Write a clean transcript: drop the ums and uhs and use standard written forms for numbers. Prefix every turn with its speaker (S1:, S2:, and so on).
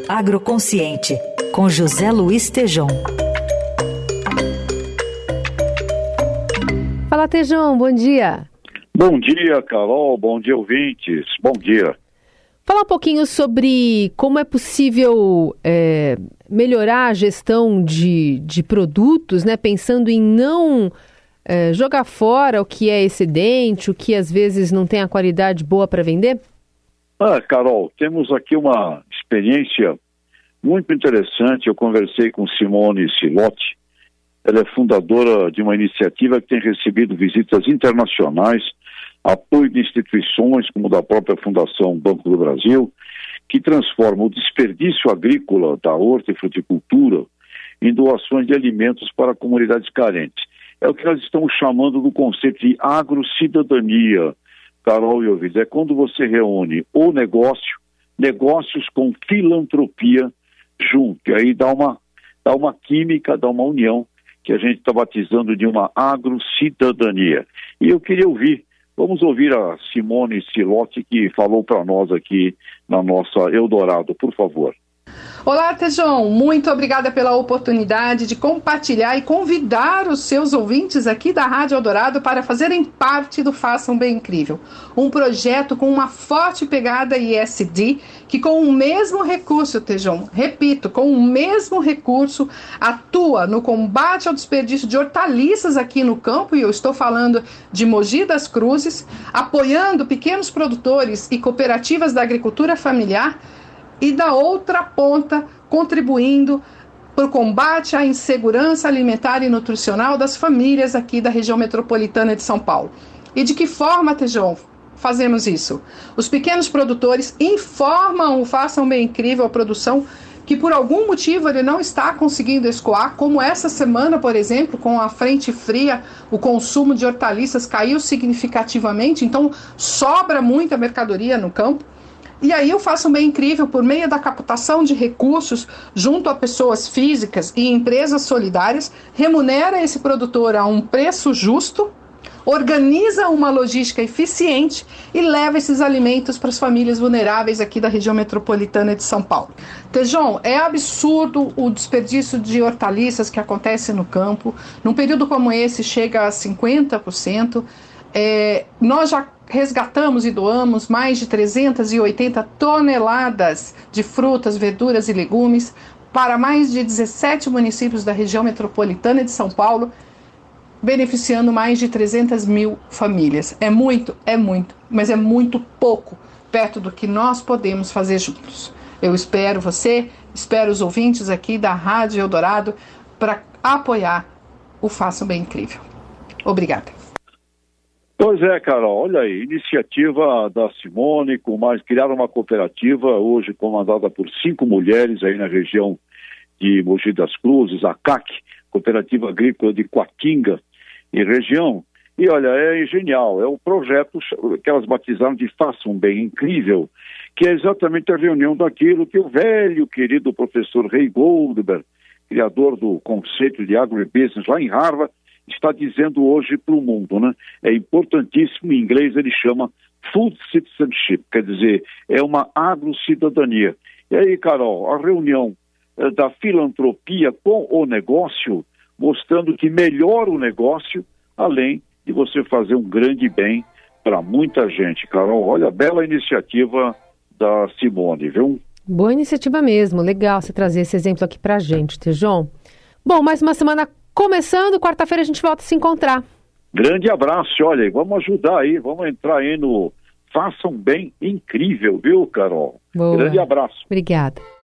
S1: Agroconsciente, com José Luiz Tejom.
S2: Fala, Tejom, bom dia.
S3: Bom dia, Carol, bom dia, ouvintes, bom dia.
S2: Falar um pouquinho sobre como é possível melhorar a gestão de produtos, né? Pensando em não jogar fora o que é excedente, o que às vezes não tem a qualidade boa para vender?
S3: Carol, temos aqui uma experiência muito interessante. Eu conversei com Simone Silotti. Ela é fundadora de uma iniciativa que tem recebido visitas internacionais, apoio de instituições como da própria Fundação Banco do Brasil, que transforma o desperdício agrícola da hortifruticultura em doações de alimentos para comunidades carentes. É o que nós estamos chamando do conceito de agrocidadania, Carol e ouvintes. É quando você reúne o negócios com filantropia junto, e aí dá uma química, dá uma união, que a gente está batizando de uma agrocidadania. E eu queria vamos ouvir a Simone Silotti, que falou para nós aqui na nossa Eldorado, por favor.
S4: Olá, Tejom, muito obrigada pela oportunidade de compartilhar e convidar os seus ouvintes aqui da Rádio Eldorado para fazerem parte do Façam Bem Incrível, um projeto com uma forte pegada ESG, que com o mesmo recurso, Tejom, repito, com o mesmo recurso, atua no combate ao desperdício de hortaliças aqui no campo, e eu estou falando de Mogi das Cruzes, apoiando pequenos produtores e cooperativas da agricultura familiar, e da outra ponta, contribuindo para o combate à insegurança alimentar e nutricional das famílias aqui da região metropolitana de São Paulo. E de que forma, Tejom, fazemos isso? Os pequenos produtores informam o Façam Bem Incrível a produção que por algum motivo ele não está conseguindo escoar, como essa semana, por exemplo, com a frente fria, o consumo de hortaliças caiu significativamente, então sobra muita mercadoria no campo. E aí eu faço um bem incrível por meio da captação de recursos junto a pessoas físicas e empresas solidárias, remunera esse produtor a um preço justo, organiza uma logística eficiente e leva esses alimentos para as famílias vulneráveis aqui da região metropolitana de São Paulo. Tejom, é absurdo o desperdício de hortaliças que acontece no campo. Num período como esse chega a 50%. Nós já resgatamos e doamos mais de 380 toneladas de frutas, verduras e legumes para mais de 17 municípios da região metropolitana de São Paulo, beneficiando mais de 300 mil famílias. É muito, mas é muito pouco perto do que nós podemos fazer juntos. Eu espero espero os ouvintes aqui da Rádio Eldorado para apoiar o Façam Bem Incrível. Obrigada.
S3: Pois é, Carol, olha aí, iniciativa da Simone, criaram uma cooperativa hoje comandada por 5 mulheres aí na região de Mogi das Cruzes, a CAC, Cooperativa Agrícola de Coatinga e região. E olha, é genial, é um projeto que elas batizaram de Façam Bem Incrível, que é exatamente a reunião daquilo que o velho querido professor Ray Goldberg, criador do conceito de agribusiness lá em Harvard, está dizendo hoje para o mundo, né? É importantíssimo, em inglês ele chama food citizenship, quer dizer, é uma agrocidadania. E aí, Carol, a reunião da filantropia com o negócio, mostrando que melhora o negócio, além de você fazer um grande bem para muita gente. Carol, olha, bela iniciativa da Simone, viu?
S2: Boa iniciativa mesmo, legal você trazer esse exemplo aqui pra gente, Tejom. Bom, mais uma semana começando, quarta-feira a gente volta a se encontrar.
S3: Grande abraço, olha aí, vamos ajudar aí, vamos entrar aí no Façam Bem Incrível, viu, Carol?
S2: Boa.
S3: Grande abraço.
S2: Obrigada.